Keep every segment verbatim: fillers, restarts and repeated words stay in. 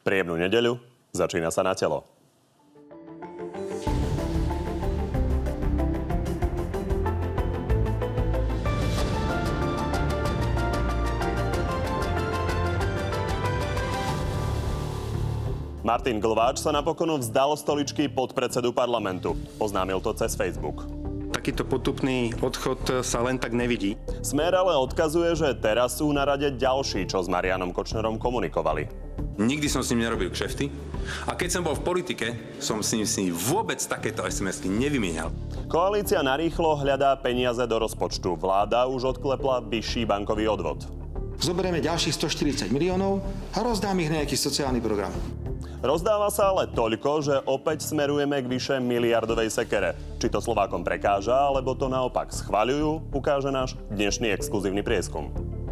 Príjemnú nedeľu, začína sa Na telo. Martin Glváč sa napokon vzdal stoličky podpredsedu parlamentu. Oznámil to cez Facebook. Takýto potupný odchod sa len tak nevidí. Smer ale odkazuje, že teraz sú na rade ďalší, čo s Marianom Kočnerom komunikovali. Nikdy som s ním nerobil kšefty a keď som bol v politike, som s ním, s ním vôbec takéto es em esky nevymienial. Koalícia narýchlo hľadá peniaze do rozpočtu. Vláda už odklepla vyšší bankový odvod. Zoberieme ďalších stoštyridsať miliónov a rozdám ich na nejaký sociálny program. Rozdáva sa ale toľko, že opäť smerujeme k vyše miliardovej sekere. Či to Slovákom prekáža, alebo to naopak schvaľujú, ukáže náš dnešný exkluzívny prieskum.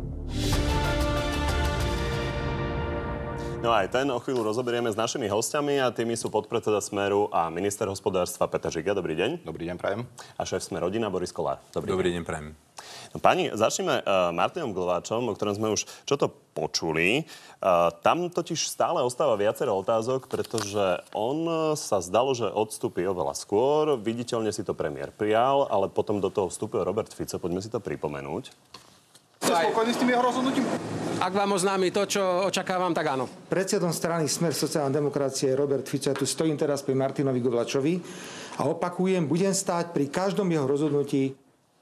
No aj ten o chvíľu rozoberieme s našimi hostiami a tými sú podpredseda Smeru a minister hospodárstva Peter Žiga. Dobrý deň. Dobrý deň, prajem. A šéf Smer rodina Boris Kollár. Dobrý, Dobrý deň, prajem. No, pani, začneme uh, Martinom Glváčom, o ktorom sme už čo to počuli. Uh, tam totiž stále ostáva viacero otázok, pretože on sa zdalo, že odstúpi oveľa skôr. Viditeľne si to premiér prijal, ale potom do toho vstúpil Robert Fico. Poďme si to pripomenúť. Ste spokojní s tým jeho rozhodnutím? Ak vám oznámi to, čo očakávam, tak áno. Predsedom strany Smer sociálna demokracie Robert Fico. Ja tu stojím teraz pri Martinovi Glváčovi a opakujem, budem stáť pri každom jeho rozhodnutí.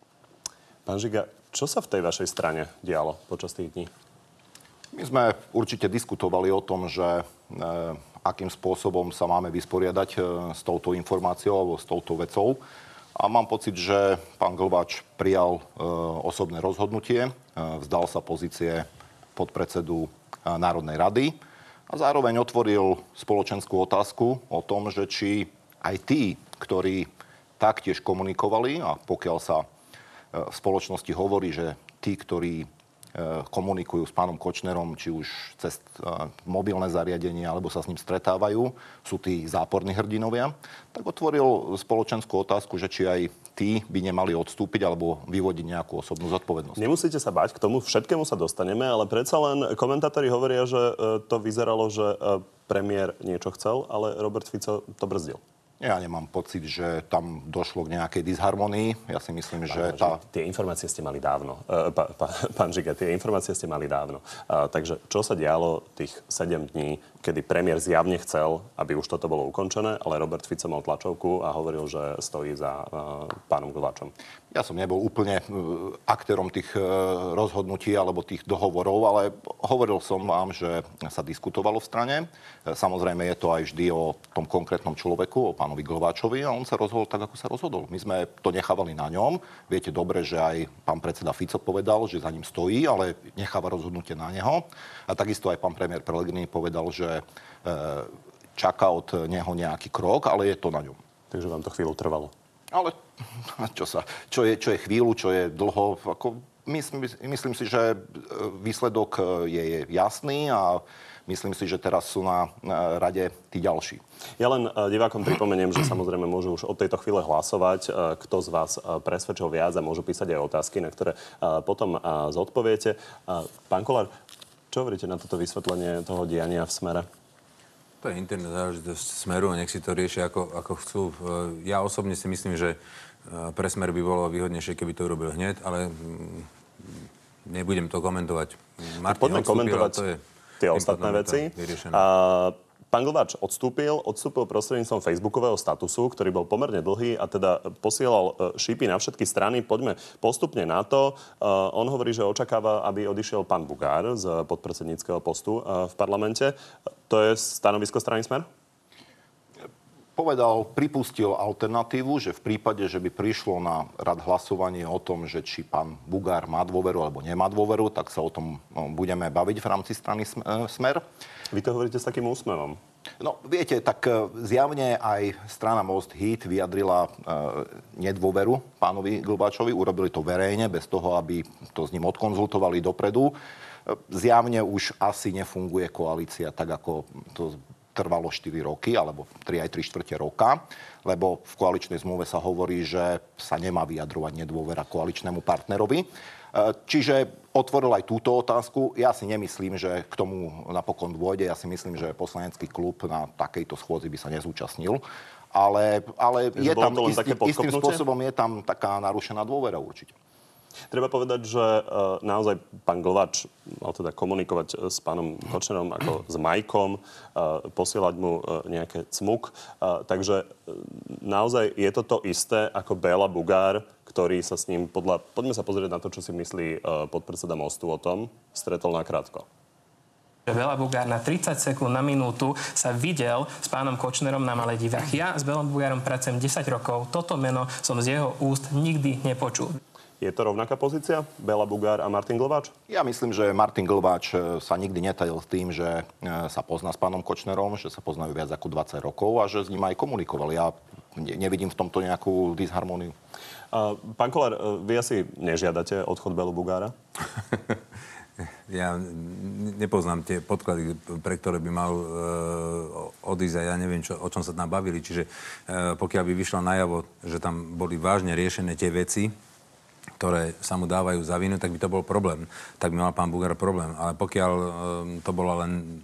Pán Žiga, čo sa v tej vašej strane dialo počas tých dní? My sme určite diskutovali o tom, že e, akým spôsobom sa máme vysporiadať e, s touto informáciou alebo s touto vecou. A mám pocit, že pán Glváč prijal e, osobné rozhodnutie, e, vzdal sa pozície podpredsedu e, Národnej rady a zároveň otvoril spoločenskú otázku o tom, že či aj tí, ktorí taktiež komunikovali, a pokiaľ sa e, v spoločnosti hovorí, že tí, ktorí komunikujú s pánom Kočnerom, či už cez mobilné zariadenie, alebo sa s ním stretávajú, sú tí záporní hrdinovia, tak otvoril spoločenskú otázku, že či aj tí by nemali odstúpiť alebo vyvodiť nejakú osobnú zodpovednosť. Nemusíte sa báť, k tomu všetkému sa dostaneme, ale predsa len komentátori hovoria, že to vyzeralo, že premiér niečo chcel, ale Robert Fico to brzdil. Ja nemám pocit, že tam došlo k nejakej disharmonii. Ja si myslím, že pán, tá... Tie informácie ste mali dávno. Uh, pá, pá, pán Žiga, tie informácie ste mali dávno. Uh, takže čo sa dialo tých sedem dní, kedy premiér zjavne chcel, aby už toto bolo ukončené, ale Robert Fico mal tlačovku a hovoril, že stojí za uh, pánom Glváčom? Ja som nebol úplne aktérom tých rozhodnutí alebo tých dohovorov, ale hovoril som vám, že sa diskutovalo v strane. Samozrejme je to aj vždy o tom konkrétnom človeku, o pánovi Glváčovi, a on sa rozhodol tak, ako sa rozhodol. My sme to nechávali na ňom. Viete dobre, že aj pán predseda Fico povedal, že za ním stojí, ale necháva rozhodnutie na neho. A takisto aj pán premiér Pellegrini povedal, že čaká od neho nejaký krok, ale je to na ňom. Takže vám to chvíľu trvalo. Ale čo, sa, čo, je, čo je chvíľu, čo je dlho, ako myslím, myslím si, že výsledok je jasný a myslím si, že teraz sú na, na rade tí ďalší. Ja len divákom pripomeniem, že samozrejme môžu už od tejto chvíle hlasovať, kto z vás presvedčil viac, a môžu písať aj otázky, na ktoré potom zodpoviete. Pán Kollár, čo hovoríte na toto vysvetlenie toho diania v Smere? To je interná záležitosť Smeru, nech si to riešia ako, ako chcú. Ja osobne si myslím, že pre Smer by bolo výhodnejšie, keby to urobil hneď, ale nebudem to komentovať. Martin Poďme odstúpil, komentovať to je tie ostatné veci. A pán Glváč odstúpil, odstúpil prostredníctvom facebookového statusu, ktorý bol pomerne dlhý a teda posielal šípy na všetky strany. Poďme postupne na to. On hovorí, že očakáva, aby odišiel pán Bugár z podpredsedníckeho postu v parlamente. To je stanovisko strany Smer? Povedal, pripustil alternatívu, že v prípade, že by prišlo na rad hlasovanie o tom, že či pán Bugár má dôveru alebo nemá dôveru, tak sa o tom budeme baviť v rámci strany Smer. Vy to hovoríte s takým úsmevom. No, viete, tak zjavne aj strana Most Híd vyjadrila e, nedôveru pánovi Glváčovi. Urobili to verejne, bez toho, aby to s ním odkonzultovali dopredu. E, zjavne už asi nefunguje koalícia tak, ako to trvalo štyri roky, alebo tri aj tri štvrte roka, lebo v koaličnej zmluve sa hovorí, že sa nemá vyjadrovať nedôvera koaličnému partnerovi. Čiže otvoril aj túto otázku. Ja si nemyslím, že k tomu napokon dôjde. Ja si myslím, že poslanecký klub na takejto schôdzi by sa nezúčastnil. Ale, ale je tam, istý, istým spôsobom je tam taká narušená dôvera určite. Treba povedať, že uh, naozaj pán Glvač mal teda komunikovať s pánom Kočnerom ako s Majkom, uh, posielať mu uh, nejaké cmuk. Uh, takže uh, naozaj je to to isté ako Béla Bugár, ktorý sa s ním podľa... Poďme sa pozrieť na to, čo si myslí uh, podpredseda Mostu o tom. Stretol nakrátko. Béla Bugár na tridsať sekúnd, na minútu sa videl s pánom Kočnerom na Maledivách. Ja s Bélom Bugárom pracujem desať rokov. Toto meno som z jeho úst nikdy nepočul. Je to rovnaká pozícia? Béla Bugár a Martin Glvač? Ja myslím, že Martin Glvač sa nikdy netajil s tým, že sa pozná s pánom Kočnerom, že sa poznajú viac ako dvadsať rokov a že s ním aj komunikoval. Ja nevidím v tomto nejakú disharmóniu. Uh, pán Kollár, vy asi nežiadate odchod Bélu Bugára? Ja nepoznám tie podklady, pre ktoré by mal e, odísť a ja neviem, čo, o čom sa tam bavili. Čiže e, pokiaľ by vyšlo najavo, že tam boli vážne riešené tie veci, ktoré sa mu dávajú za vinu, tak by to bol problém. Tak by mal pán Bugár problém. Ale pokiaľ e, to bolo len...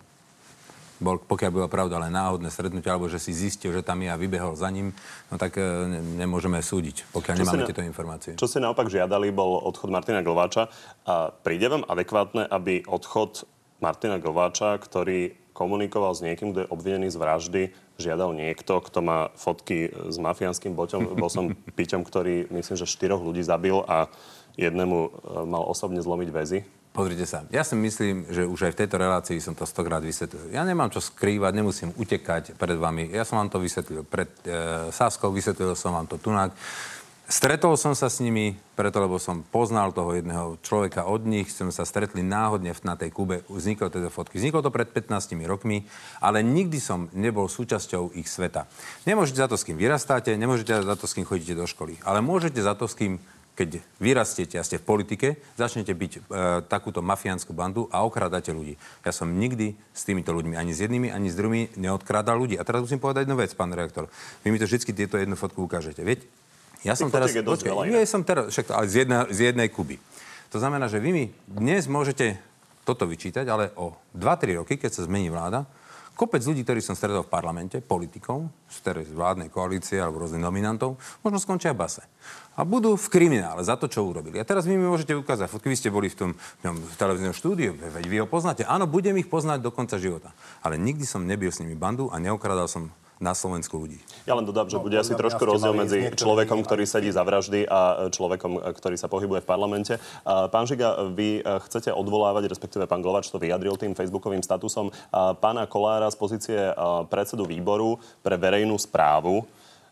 Bol, pokiaľ bola pravda len náhodné stretnutie, alebo že si zistil, že tam je a vybehol za ním, no tak e, nemôžeme súdiť, pokiaľ čo nemáme na, tieto informácie. Čo ste naopak žiadali, bol odchod Martina Glváča. A príde vám adekvátne, aby odchod Martina Glváča, ktorý komunikoval s niekým, kto je obvinený z vraždy, žiadal niekto, kto má fotky s mafiánskym boťom, bosom Piťom, ktorý myslím, že štyroch ľudí zabil a jednému mal osobne zlomiť väzy? Pozrite sa, ja si myslím, že už aj v tejto relácii som to stokrát vysvetlil. Ja nemám čo skrývať, nemusím utekať pred vami. Ja som vám to vysvetlil pred e, Saskou, vysvetlil som vám to tunák. Stretol som sa s nimi, preto lebo som poznal toho jedného človeka od nich, sme sa stretli náhodne na tej Kube, vzniklo teda fotky. Vzniklo to pred pätnástimi rokmi, ale nikdy som nebol súčasťou ich sveta. Nemôžete za to, s kým vyrastáte, nemôžete za to, s kým chodíte do školy, ale môžete za to, s kým keď vyrastiete a ste v politike, začnete byť e, takúto mafiánsku bandu a okrádate ľudí. Ja som nikdy s týmito ľuďmi, ani s jednými, ani s druhými neodkrádal ľudí. A teraz musím povedať jednu vec, pán reaktor. Vy mi to vždy tieto jednu fotku ukážete. Viete? Ja som teraz... Počkaj, ja som teraz... Však to, ale z, jedna, z jednej Kuby. To znamená, že vy mi dnes môžete toto vyčítať, ale o dva tri roky, keď sa zmení vláda, kopec ľudí, ktorí som stretol v parlamente, politikov, z vládnej koalície alebo rôznych nominantov, možno skončia v base. A budú v kriminále za to, čo urobili. A teraz vy mi môžete ukázať fotky, vy ste boli v tom, v tom v televíznom štúdiu, veď vy ho poznáte. Áno, budem ich poznať do konca života. Ale nikdy som nebil s nimi bandu a neokradal som na Slovensku ľudí. Ja len dodám, že no, bude asi trošku rozdiel medzi človekom, ktorý sedí za vraždy a človekom, ktorý sa pohybuje v parlamente. Pán Žiga, vy chcete odvolávať, respektíve pán Glvač to vyjadril tým facebookovým statusom, pána Kollára z pozície predsedu výboru pre verejnú správu.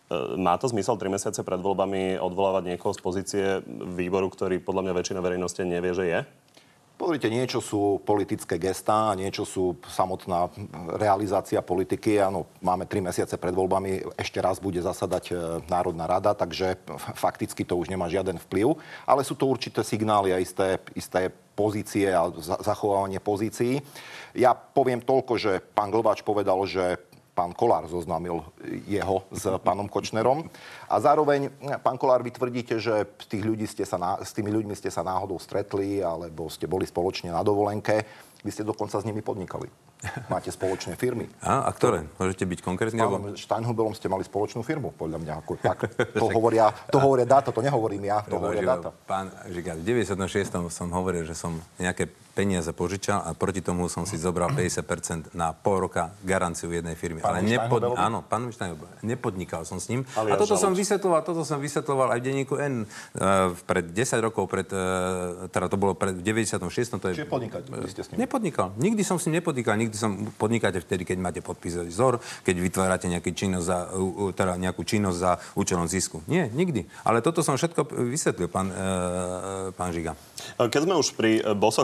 Má to zmysel tri mesiace pred voľbami odvolávať niekoho z pozície výboru, ktorý podľa mňa väčšina verejnosti nevie, že je? Pozrite, niečo sú politické gestá, niečo sú samotná realizácia politiky. Áno, máme tri mesiace pred voľbami, ešte raz bude zasadať Národná rada, takže fakticky to už nemá žiaden vplyv. Ale sú to určité signály a isté, isté pozície a zachovávanie pozícií. Ja poviem toľko, že pán Glvač povedal, že pán Kollár zoznámil jeho s pánom Kočnerom. A zároveň, pán Kollár, vy tvrdíte, že tých ľudí ste sa na, s tými ľuďmi ste sa náhodou stretli, alebo ste boli spoločne na dovolenke. Vy ste dokonca s nimi podnikali. Máte spoločné firmy. A, a ktoré? Môžete byť konkrétne? S pánom Steinhuberom ste mali spoločnú firmu, podľa mňa. Ako, tak, to, hovoria, to hovoria dáta, to nehovorím ja, to hovoria dáta. Pán Žiga, v deväťdesiatom šiestom som hovoril, že som nejaké peniaze požičal a proti tomu som si zobral päťdesiat percent na pol roka garanciu jednej firmy. Ale nepod... Áno, pán Steinhuber. Nepodnikal som s ním. Ale a ja toto som vysvetloval, toto som vysvetloval aj v denníku N uh, pred desať rokov, pred, uh, teda to bolo pred deväťdesiatom šiestom To je... Čiže podnikať, vy ste s ním? Nepodnikal. Nikdy som s ním nepodnikal. Nikdy som podnikáte vtedy, keď máte podpísať vzor, keď vytvárate nejaký činnosť za, uh, teda nejakú činnosť za účelom zisku. Nie, nikdy. Ale toto som všetko vysvetlil, pán, uh, pán Žiga. Keď sme už pri bosoch podsvete,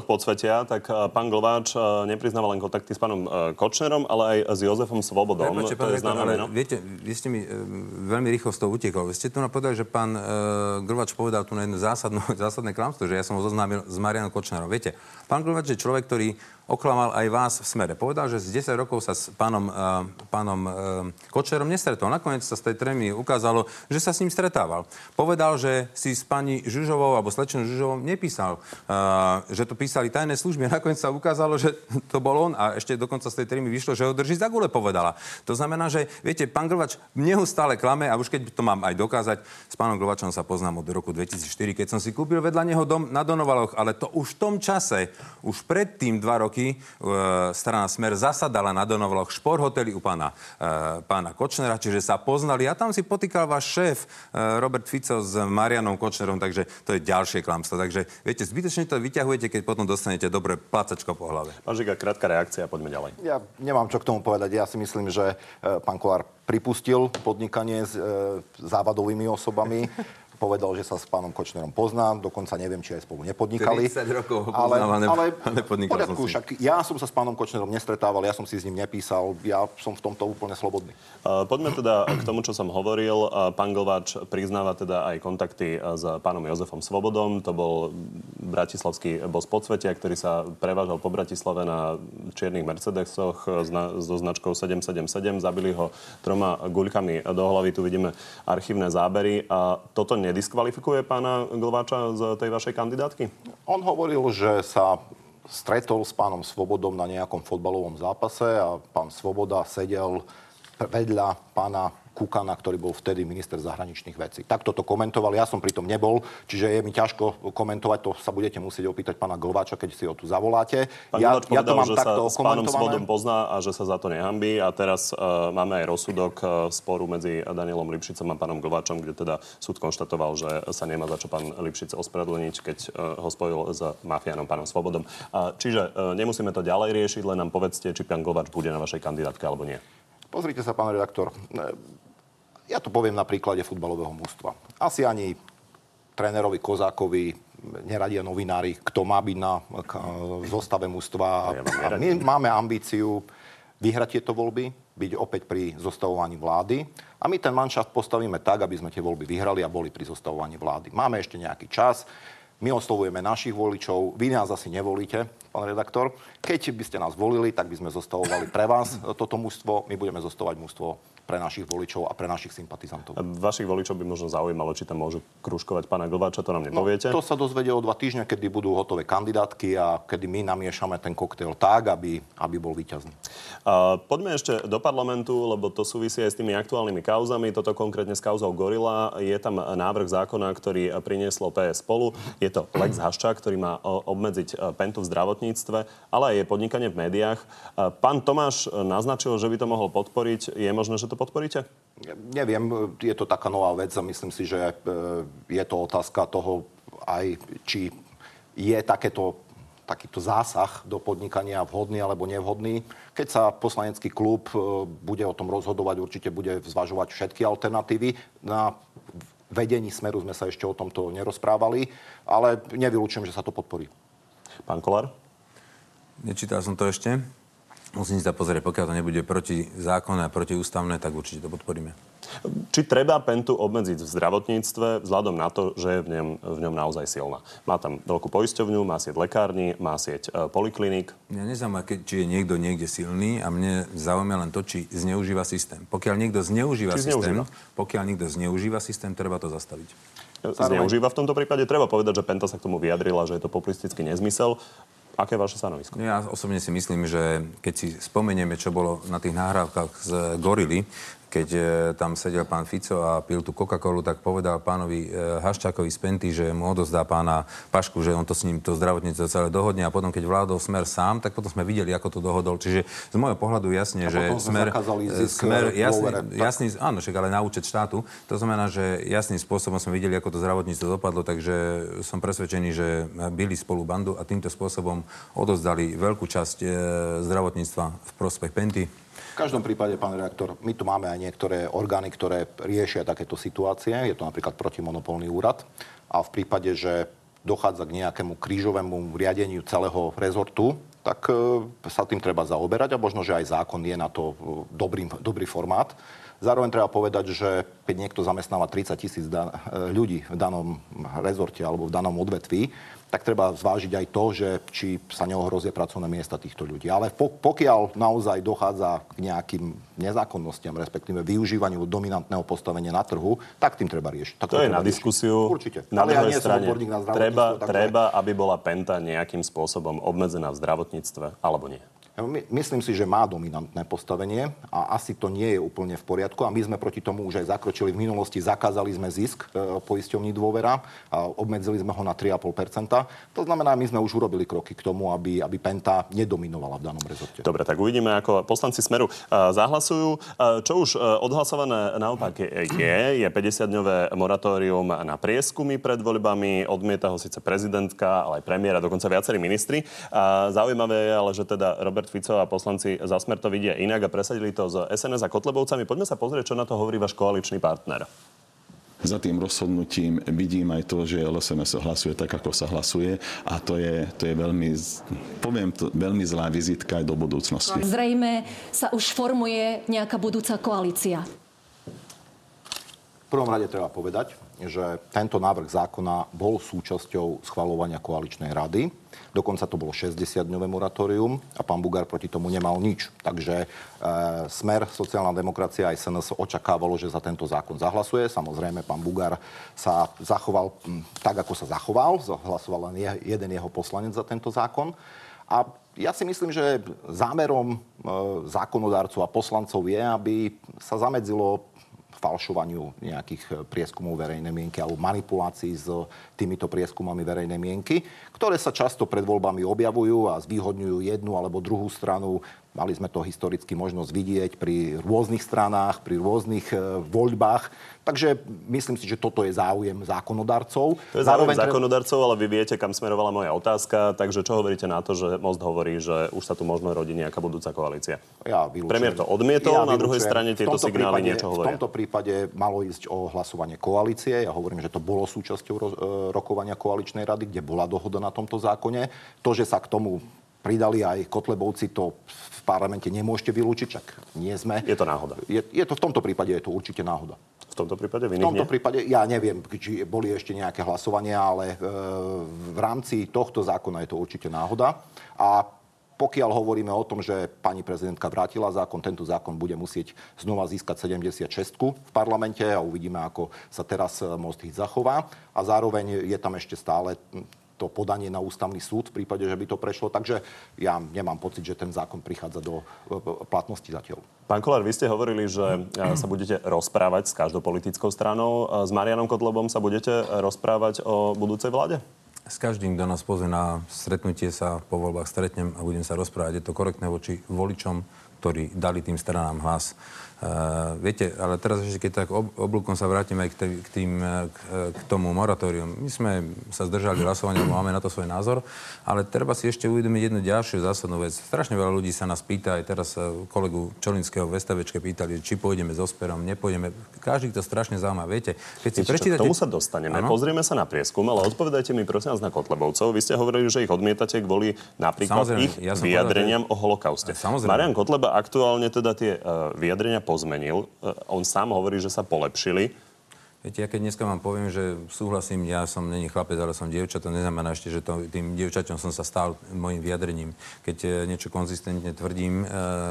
posvetia, tak pán Glváč nepriznával len kontakty s pánom Kočnerom, ale aj s Jozefom Svobodom. Prepačte, pán rektor, ale viete, vy ste mi e, veľmi rýchlo z toho utekol. Vy ste tu napovedali, že pán e, Glváč povedal tu na jedno zásadno, zásadné klamstvo, že ja som ho zoznámil s Marianom Kočnerom. Viete, pán Glváč je človek, ktorý oklamal aj vás v Smere. Povedal, že z desať rokov sa s pánom, uh, pánom uh, Kočnerom nestretol. Nakoniec sa z tej trémy ukázalo, že sa s ním stretával. Povedal, že si s pani Žužovou alebo slečnou Žužovou nepísal, uh, že to písali tajné služby. Nakoniec sa ukázalo, že to bol on a ešte dokonca z tej trémy vyšlo, že ho drží za gule, povedala. To znamená, že viete, pán Glváč neustále klame a už keď to mám aj dokázať, s pánom Glváčom sa poznám od roku dvetisícštyri, keď som si kúpil vedľa neho dom na Donovaloch, ale to už v tom čase, už predtým dva roky strana Smer zasadala na Donovaloch šport hoteli u pána, e, pána Kočnera, čiže sa poznali. A tam si potýkal váš šéf e, Robert Fico s Marianom Kočnerom, takže to je ďalšie klamstvo. Takže viete, zbytočne to vyťahujete, keď potom dostanete dobre placačko po hlave. Pán Žiga, krátka reakcia, poďme ďalej. Ja nemám čo k tomu povedať. Ja si myslím, že e, pán Kollár pripustil podnikanie s e, závadovými osobami. Povedal, že sa s pánom Kočnerom pozná, dokonca neviem, či aj spolu nepodnikali. tridsať rokov ho ale, poznám, ale, ale nepodnikal poriadku, som si. Však ja som sa s pánom Kočnerom nestretával, ja som si s ním nepísal, ja som v tomto úplne slobodný. Uh, poďme teda k tomu, čo som hovoril. Uh, pán Glváč priznáva teda aj kontakty s pánom Jozefom Svobodom. To bol bratislavský boss podsvetia, ktorý sa prevážal po Bratislave na čiernych Mercedesoch so značkou sedem sedem sedem. Zabili ho troma guľkami do hlavy. Tu vidíme archívne zábery. A toto nediskvalifikuje pána Glváča z tej vašej kandidátky? On hovoril, že sa stretol s pánom Svobodom na nejakom fotbalovom zápase a pán Svoboda sedel vedľa pána Kukana, ktorý bol vtedy minister zahraničných vecí. Takto to komentoval, ja som pri tom nebol, čiže je mi ťažko komentovať, to sa budete musieť opýtať pána Glváča, keď si ho tu zavoláte. Pán ja, Glváč ja povedal, to mám že takto sa s pánom komentované. Svobodom pozná a že sa za to nehambí. A teraz uh, máme aj rozsudok uh, sporu medzi Danielom Lipšicom a pánom Glváčom, kde teda súd konštatoval, že sa nemá za čo pán Lipšic ospravedlniť, keď uh, ho spojil s mafiánom pánom Svobodom. Uh, čiže uh, nemusíme to ďalej riešiť, len nám povedzte, či pán Glváč bude na vašej kandidátke alebo nie. Pozrite sa, pán redaktor. Ja to poviem na príklade futbalového mužstva. Asi ani trénerovi Kozákovi neradia novinári, kto má byť na zostave mužstva. A my máme ambíciu vyhrať tieto voľby, byť opäť pri zostavovaní vlády. A my ten manšaft postavíme tak, aby sme tie voľby vyhrali a boli pri zostavovaní vlády. Máme ešte nejaký čas. My oslovujeme našich voličov. Vy nás asi nevolíte, pán redaktor. Keď by ste nás volili, tak by sme zostavovali pre vás toto mužstvo. My budeme zostavovať mužstvo pre našich voličov a pre našich sympatizantov. A vašich voličov by možno zaujímalo, či tam môžu kružkovať pána Glváča, to nám nepoviete? No, to sa dozvedie o dva týždne, kedy budú hotové kandidátky a kedy my namiešame ten koktail tak, aby, aby bol víťazný. Uh, poďme ešte do parlamentu, lebo to súvisí aj s tými aktuálnymi kauzami. Toto konkrétne s kauzou Gorila. Je tam návrh zákona, ktorý prinieslo pé es Spolu. Je to Lex Haščák, ktorý má obmedziť pentu v zdravotníctve, ale aj podnikanie v médiách. Uh, pán Tomáš naznačil, že by to mohol podporiť. Je možné, že to podporíte? Neviem, je to taká nová vec a myslím si, že je to otázka toho aj, či je takéto, takýto zásah do podnikania vhodný alebo nevhodný. Keď sa poslanecký klub bude o tom rozhodovať, určite bude zvažovať všetky alternatívy. Na vedení Smeru sme sa ešte o tomto nerozprávali, ale nevylučujem, že sa to podporí. Pán Kollár? Nečítal som to ešte. Musím sa pozrieť, pokiaľ to nebude proti zákonu a protiústavné, tak určite to podporíme. Či treba pentu obmedziť v zdravotníctve vzhľadom na to, že je v ňom, v ňom naozaj silná? Má tam veľkú poisťovňu, má sieť lekární, má sieť e, polikliník. Mňa nezaujíma, či je niekto niekde silný a mne zaujíma len to, či zneužíva systém. Pokiaľ niekto zneužíva či systém, zneužíva? pokiaľ niekto zneužíva systém, treba to zastaviť. Zneužíva v tomto prípade? Treba povedať, že Penta sa k tomu vyjadrila, že je to populistický nezmysel. Aké je vaše stanovisko? Ja osobne si myslím, že keď si spomenieme, čo bolo na tých nahrávkach z Gorily, keď e, tam sedel pán Fico a pil tú Coca-Colu, tak povedal pánovi e, Haščákovi z Penty, že mu odozdá pána Pašku, že on to s ním to zdravotníctvo celé dohodne a potom, keď vládol Smer sám, tak potom sme videli, ako to dohodol. Čiže z môjho pohľadu jasne, že Smer, Smer jasný, jasný, áno, však ale na účet štátu. To znamená, že jasným spôsobom sme videli, ako to zdravotníctvo dopadlo, takže som presvedčený, že byli spolu bandu a týmto spôsobom odozdali veľkú časť e, zdravotníctva v prospech Penty. V každom prípade, pán redaktor, my tu máme aj niektoré orgány, ktoré riešia takéto situácie. Je to napríklad protimonopolný úrad. A v prípade, že dochádza k nejakému krížovému riadeniu celého rezortu, tak sa tým treba zaoberať a možno, že aj zákon je na to dobrý, dobrý formát. Zároveň treba povedať, že keď niekto zamestnáva tridsať tisíc da- ľudí v danom rezorte alebo v danom odvetví, tak treba zvážiť aj to, že či sa neohrozia pracovné miesta týchto ľudí. Ale pokiaľ naozaj dochádza k nejakým nezákonnostiam, respektíve využívaniu dominantného postavenia na trhu, tak tým treba riešiť. Tak to, to je na riešiť. Diskusiu. Určite. Na Ale ja druhej nie strane som odborník na zdravotníctvo. Treba, takže... treba, aby bola Penta nejakým spôsobom obmedzená v zdravotníctve, alebo nie? My, myslím si, že má dominantné postavenie a asi to nie je úplne v poriadku a my sme proti tomu už aj zakročili v minulosti, zakázali sme zisk e, poisťovní Dôvera a obmedzili sme ho na tri celé päť percenta. To znamená, my sme už urobili kroky k tomu, aby, aby Penta nedominovala v danom rezorte. Dobre, tak uvidíme, ako poslanci Smeru uh, zahlasujú. Uh, čo už uh, odhlasované naopak je, je päťdesiatdňové moratórium na prieskumy pred voľbami. Odmieta ho síce prezidentka, ale aj premiér a dokonca viacerí ministri. Uh, zaujímavé je ale, že teda Robert Fico a poslanci za Smer to vidia inak a presadili to z es en es a Kotlebovcami. Poďme sa pozrieť, čo na to hovorí váš koaličný partner. Za tým rozhodnutím vidím aj to, že el es en es hlasuje tak, ako sa hlasuje a to je, to je veľmi, poviem to, veľmi zlá vizitka aj do budúcnosti. Zrejme sa už formuje nejaká budúca koalícia. V prvom rade treba povedať, že tento návrh zákona bol súčasťou schvaľovania koaličnej rady. Dokonca to bolo šesťdesiatdňové moratórium a pán Bugár proti tomu nemal nič. Takže e, Smer, sociálna demokracia a es en es očakávalo, že za tento zákon zahlasuje. Samozrejme, pán Bugár sa zachoval m, tak, ako sa zachoval. Hlasoval len je, jeden jeho poslanec za tento zákon. A ja si myslím, že zámerom e, zákonodárcov a poslancov je, aby sa zamedzilo falšovaniu nejakých prieskumov verejnej mienky alebo manipulácií s týmito prieskumami verejnej mienky, ktoré sa často pred voľbami objavujú a zvýhodňujú jednu alebo druhú stranu. Mali sme to historicky možnosť vidieť pri rôznych stranách, pri rôznych e, voľbách. Takže myslím si, že toto je záujem zákonodarcov. To je záujem zákonodarcov, ale vy viete, kam smerovala moja otázka. Takže čo hovoríte na to, že Most hovorí, že už sa tu možno rodí nejaká budúca koalícia? Ja Premiér to odmietol, ja na druhej strane tieto signály prípade, niečo hovoria. V tomto prípade malo ísť o hlasovanie koalície. Ja hovorím, že to bolo súčasťou ro- rokovania koaličnej rady, kde bola dohoda na tomto zákone. To, že sa k tomu pridali aj Kotlebovci, to v parlamente nemôžete vylúčiť, čak nie sme. Je to náhoda. Je, je to v tomto prípade je to určite náhoda. V tomto prípade v V tomto nie? prípade, ja neviem, či boli ešte nejaké hlasovania, ale e, v rámci tohto zákona je to určite náhoda. A pokiaľ hovoríme o tom, že pani prezidentka vrátila zákon, tento zákon bude musieť znova získať sedemdesiatšesť v parlamente a uvidíme, ako sa teraz Most Hit zachová. A zároveň je tam ešte stále to podanie na ústavný súd v prípade, že by to prešlo. Takže ja nemám pocit, že ten zákon prichádza do platnosti zatiaľ. Pán Kollár, vy ste hovorili, že sa budete rozprávať s každou politickou stranou. S Marianom Kotlebom sa budete rozprávať o budúcej vláde? S každým, kto nás pozve na stretnutie, sa po voľbách stretnem a budem sa rozprávať. Je to korektné voči voličom, ktorí dali tým stranám hlas. Uh, viete, ale teraz ešte keď tak ob, oblúkom sa vrátim aj k, tý, k, tým, k, k tomu moratóriu. My sme sa zdržali hlasovania, máme na to svoj názor, ale treba si ešte uvedomiť jednu ďalšiu zásadnú vec. Strašne veľa ľudí sa nás pýta, aj teraz kolegu Čolinského v STVčke pýtali, či pôjdeme s Osperom, nepôjdeme. Každý to strašne zaujíma. Viete, keď si prečítate... K tomu sa dostaneme. Ano? Pozrieme sa na prieskum, ale odpovedajte mi prosím vás na Kotlebovcov. Vy ste hovorili, že ich odmietate kvôli napríklad samozrejme, ich ja vyjadreniam povedal, že... o holokauste. Marian Kotleba aktuálne teda tie uh, vyjadrenia pozmenil. On sám hovorí, že sa polepšili. Viete, ja keď dneska vám poviem, že súhlasím, ja som není chlapec, ale som dievča, to neznamená ešte, že to, tým dievčaťom som sa stal mojim vyjadrením. Keď niečo konzistentne tvrdím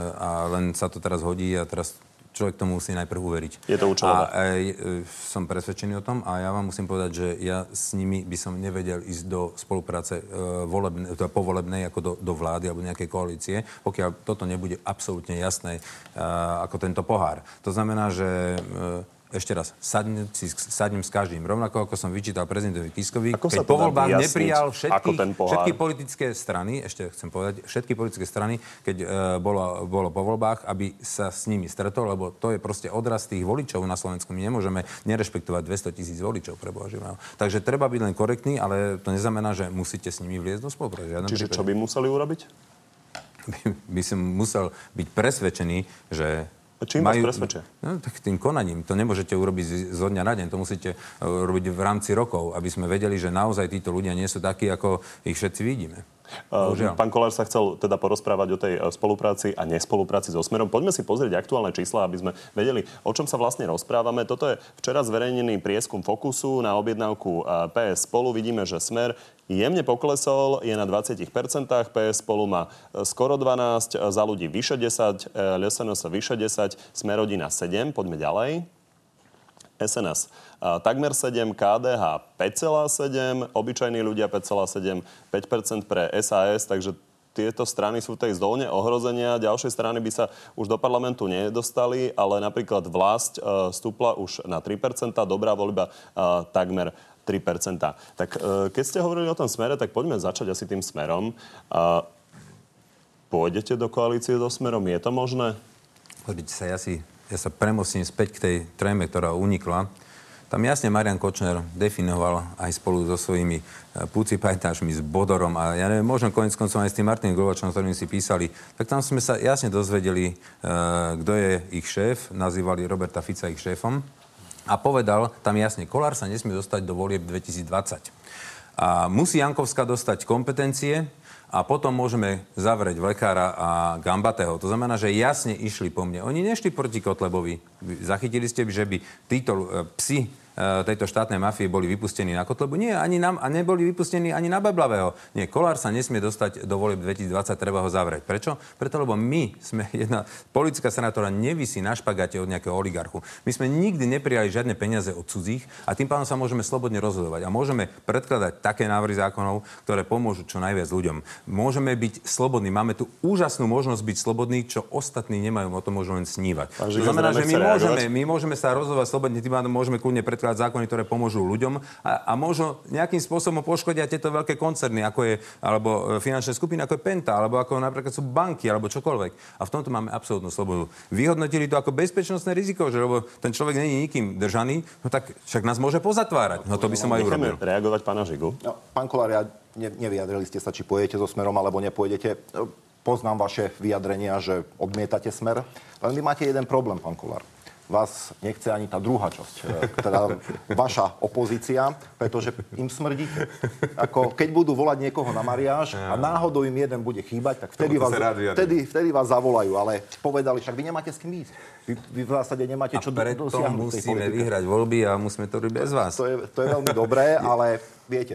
a len sa to teraz hodí a teraz človek tomu musí najprv uveriť. Je to účelové. A e, som presvedčený o tom a ja vám musím povedať, že ja s nimi by som nevedel ísť do spolupráce e, volebne, teda povolebnej ako do, do vlády alebo nejakej koalície, pokiaľ toto nebude absolútne jasné e, ako tento pohár. To znamená, že e, ešte raz, sadnem, si, sadnem s každým. Rovnako ako som vyčítal prezidentovi Kiskovi, keď po voľbách neprijal všetky, všetky politické strany, ešte chcem povedať, všetky politické strany, keď e, bolo, bolo po voľbách, aby sa s nimi stretol, lebo to je proste odraz tých voličov na Slovensku. My nemôžeme nerešpektovať dvestotisíc voličov, preboha živého. Takže treba byť len korektný, ale to neznamená, že musíte s nimi vliezť do spolupráce. Čiže prípade. Čo by museli urobiť? By, by som musel byť presvedčený, že Čím vás presvedčia? No, tak tým konaním. To nemôžete urobiť zo dňa na deň. To musíte robiť v rámci rokov, aby sme vedeli, že naozaj títo ľudia nie sú takí, ako ich všetci vidíme. Božiaľ. Pán Kollár sa chcel teda porozprávať o tej spolupráci a nespolupráci so Smerom. Poďme si pozrieť aktuálne čísla, aby sme vedeli, o čom sa vlastne rozprávame. Toto je včera zverejnený prieskum Fokusu na objednávku pé es Spolu. Vidíme, že Smer jemne poklesol, je na dvadsať percent, pé es Spolu má skoro dvanásť, Za ľudí vyše desať, el es en es vyše desať, Smer-Rodina sedem. Poďme ďalej. es en es takmer sedem, ká dé há päť celá sedem, obyčajní ľudia päť celá sedem, päť percent pre es a es, takže tieto strany sú v tej zóne ohrozenia. Ďalšie strany by sa už do parlamentu nedostali, ale napríklad Vlast stúpla už na tri percent, Dobrá voľba takmer tri percent. Tak keď ste hovorili o tom Smere, tak poďme začať asi tým Smerom. Pôjdete do koalície so Smerom? Je to možné? Poďte sa, ja si Ja sa premostím späť k tej tréme, ktorá unikla. Tam jasne Marian Kočner definoval aj spolu so svojimi pucipajtášmi, s Bodorom a ja neviem, možno koniec koncom aj s tým Martinom Glovačom, ktorým si písali, tak tam sme sa jasne dozvedeli, kto je ich šéf, nazývali Roberta Fica ich šéfom a povedal tam jasne, Kollár sa nesmie dostať do volieb dvetisícdvadsať. A musí Jankovská dostať kompetencie, a potom môžeme zavrieť Lekára a Gambatého. To znamená, že jasne išli po mne. Oni nešli proti Kotlebovi. Zachytili ste, že by títo psi tejto štátnej mafie boli vypustení na Kotlebu? Nie, ani nám, a neboli vypustení ani na Beblavého. Nie, Kollár sa nesmie dostať do volieb dvetisícdvadsať, treba ho zavrieť. Prečo? Preto, lebo my sme jedna politická strana, ktorá nevisí na špagáte od nejakého oligarchu. My sme nikdy neprijali žiadne peniaze od cudzích a tým pádom sa môžeme slobodne rozhodovať. A môžeme predkladať také návrhy zákonov, ktoré pomôžu čo najviac ľuďom. Môžeme byť slobodní. Máme tu úžasnú možnosť byť slobodní, čo ostatní nemajú, o tom môžu len snívať. To znamená, že my môžeme, my môžeme sa rozhodovať slobodne, tým pádom môžeme kľudne zákony, ktoré pomôžu ľuďom a, a možno nejakým spôsobom poškodia tieto veľké koncerny, ako je, alebo finančné skupiny, ako je Penta, alebo ako napríklad sú banky, alebo čokoľvek. A v tomto máme absolútnu slobodu. Vyhodnotili to ako bezpečnostné riziko, že lebo ten človek nie je nikým držaný, no tak však nás môže pozatvárať. No to by som aj urobil. Reagovať pána Žigu. No, pán Kollár, ja ne, nevyjadrili ste sa, či pôjdete so Smerom, alebo nepôjdete. Poznám vaše vyjadrenia, že odmietate Smer. Len vy máte jeden problém, pán Kollár. Vás nechce ani tá druhá časť, teda vaša opozícia, pretože im smrdíte. Ako keď budú volať niekoho na mariáž a náhodou im jeden bude chýbať, tak vtedy, vás, vtedy, vtedy vás zavolajú. Ale povedali, však vy nemáte s kým ísť. Vy, vy v zásade nemáte čo dosiahnuť. A preto musíme vyhrať voľby a musíme to robiť bez vás. To je, to je veľmi dobré, ale viete,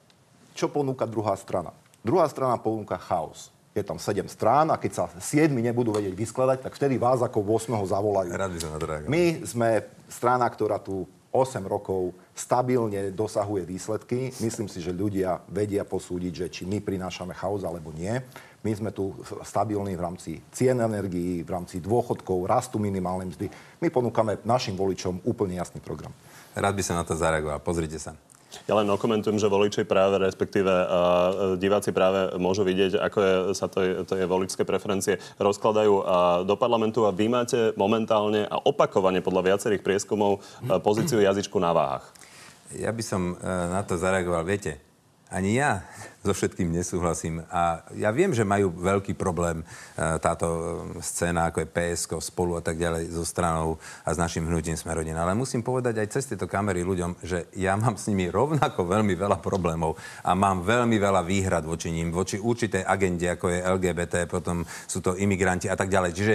čo ponúka druhá strana? Druhá strana ponúka chaos. Je tam sedem strán a keď sa siedmi nebudú vedieť vyskladať, tak vtedy vás ako ôsmeho zavolajú. Rád by som na to reagoval. My sme strana, ktorá tu osem rokov stabilne dosahuje výsledky. Myslím si, že ľudia vedia posúdiť, že či my prinášame chaos alebo nie. My sme tu stabilní v rámci cien energií, v rámci dôchodkov, rastu minimálnej mzdy. My ponúkame našim voličom úplne jasný program. Rád by som na to zareagoval. Pozrite sa. Ja len okomentujem, že voliči práve, respektíve uh, diváci práve môžu vidieť, ako je, sa to je, to je voličské preferencie rozkladajú uh, do parlamentu a vy máte momentálne a opakovane podľa viacerých prieskumov uh, pozíciu jazyčku na váhach. Ja by som uh, na to zareagoval. Viete, ani ja so všetkým nesúhlasím. A ja viem, že majú veľký problém uh, táto scéna, ako je pé es ká, Spolu a tak ďalej, so stranou a s našim hnutím Smer-Rodina. Ale musím povedať aj cez tieto kamery ľuďom, že ja mám s nimi rovnako veľmi veľa problémov a mám veľmi veľa výhrad voči ním, voči určitej agende, ako je el gé bé té, potom sú to imigranti a tak ďalej. Čiže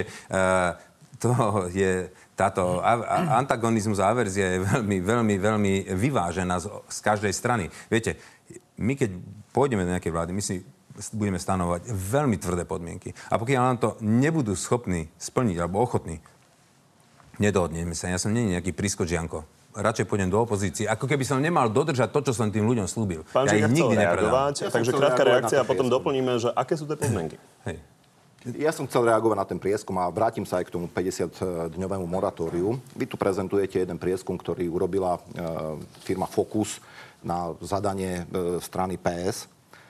uh, to je... Táto antagonizmus a averzia je veľmi, veľmi, veľmi vyvážená z, z každej strany. Viete, my keď pôjdeme do nejakej vlády, my si budeme stanovať veľmi tvrdé podmienky. A pokiaľ nám to nebudú schopní splniť alebo ochotní, nedohodneme sa. Ja som nie nejaký prískočianko. Radšej pôjdem do opozície. Ako keby som nemal dodržať to, čo som tým ľuďom slúbil. Pán ja ich nikdy nepredám. Ja takže krátka reakcia a potom doplníme, že aké sú tie podmienky. Hej. Ja som chcel reagovať na ten prieskum a vrátim sa aj k tomu päťdesiatdňovému moratóriu. Vy tu prezentujete jeden prieskum, ktorý urobila e, firma Focus na zadanie e, strany pé es.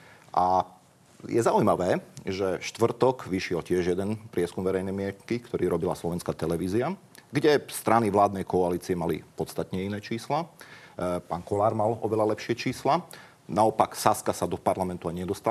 A je zaujímavé, že štvrtok vyšiel tiež jeden prieskum verejnej mienky, ktorý robila Slovenská televízia, kde strany vládnej koalície mali podstatne iné čísla. E, pán Kollár mal oveľa lepšie čísla. Naopak Saska sa do parlamentu aj nedostala.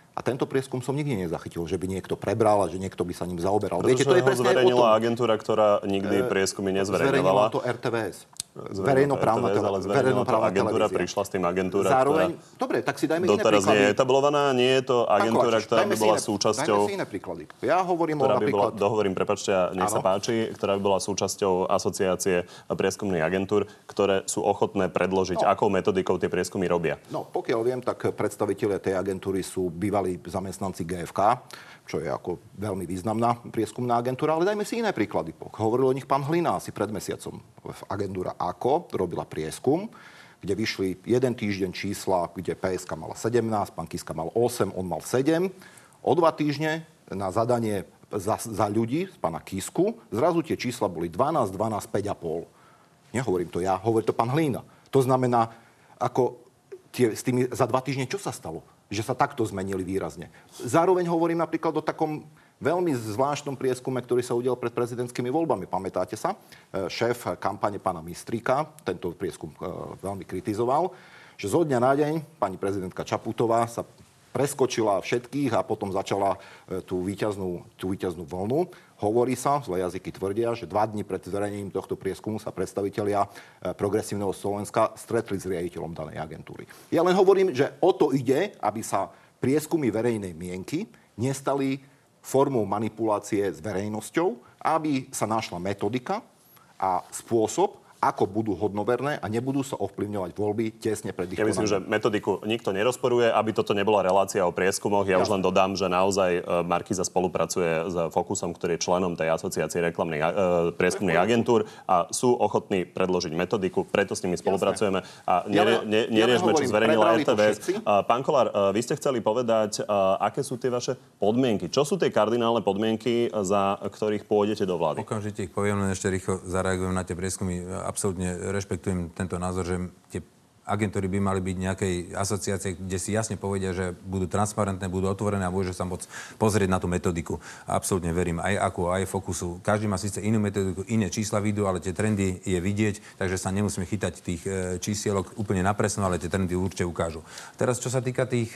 A tento prieskum som nikdy nezachytil, že by niekto prebral a že niekto by sa ním zaoberal. Pretože Viete, to je ho presne zverejnila agentúra, ktorá nikdy prieskumy nezverejňovala. Zverejnila to er té vé es. Verejnoprávna agentúra, prišla s tým agentúra, zároveň, ktorá dobre, tak si dajme iné príklady. Doteraz nie je etablovaná, nie je to agentúra, Kovačič, ktorá by bola iné, súčasťou... Dajme si iné príklady. Ja hovorím o Bola, napríklad... dohovorím, prepáčte, nech sa páči, ktorá by bola súčasťou asociácie prieskumných agentúr, ktoré sú ochotné predložiť, no, akou metodikou tie prieskumy robia. No, pokiaľ viem, tak predstavitelia tej agentúry sú bývalí zamestnanci gé ef ká, čo je ako veľmi významná prieskumná agentúra, ale dajme si iné príklady. Hovoril o nich pán Hlina asi pred mesiacom. Agentúra á ká ó robila prieskum, kde vyšli jeden týždeň čísla, kde pé es ká mala sedemnásť, pán Kiska mal osem, on mal sedem. O dva týždne na zadanie za, za ľudí z pána Kisku zrazu tie čísla boli dvanásť, dvanásť, päť a pol. Nehovorím to ja, hovorí to pán Hlina. To znamená, ako tie, s tými, za dva týždne čo sa stalo? Že sa takto zmenili výrazne. Zároveň hovorím napríklad o takom veľmi zvláštnom prieskume, ktorý sa udial pred prezidentskými voľbami. Pamätáte sa? Šéf kampane pána Mistríka tento prieskum veľmi kritizoval, že zo dňa na deň pani prezidentka Čaputová sa preskočila všetkých a potom začala tú víťaznú, tú víťaznú vlnu. Hovorí sa, zlé jazyky tvrdia, že dva dni pred zverejnením tohto prieskumu sa predstavitelia Progresívneho Slovenska stretli s riaditeľom danej agentúry. Ja len hovorím, že o to ide, aby sa prieskumy verejnej mienky nestali formou manipulácie s verejnosťou, aby sa našla metodika a spôsob, ako budú hodnoverné a nebudú sa ovplyvňovať voľby tesne pred ich Ja myslím, že metodiku nikto nerozporuje, aby toto nebola relácia o prieskumoch. Ja, ja už len dodám, že naozaj Markíza spolupracuje s Fokusom, ktorý je členom tej asociácie reklamných uh, prieskumných agentúr a sú ochotní predložiť metodiku, preto s nimi spolupracujeme a nerie, ne, neriešme, čo zverejnila er té vé es. Uh, pán Kollár, uh, vy ste chceli povedať, uh, aké sú tie vaše podmienky? Čo sú tie kardinálne podmienky, za ktorých pôjdete do vlády? Okamžite ich poviem, len ešte rýchlo zareagujem na tie prieskumy. Absolútne rešpektujem tento názor, že tie agentúry by mali byť nejakej asociácie, kde si jasne povedia, že budú transparentné, budú otvorené a môže sa môcť pozrieť na tú metodiku. Absolútne verím aj ako, aj Fokusu. Každý má síce inú metodiku, iné čísla vidú, ale tie trendy je vidieť, takže sa nemusíme chytať tých čísielok úplne napresno, ale tie trendy určite ukážu. Teraz, čo sa týka tých,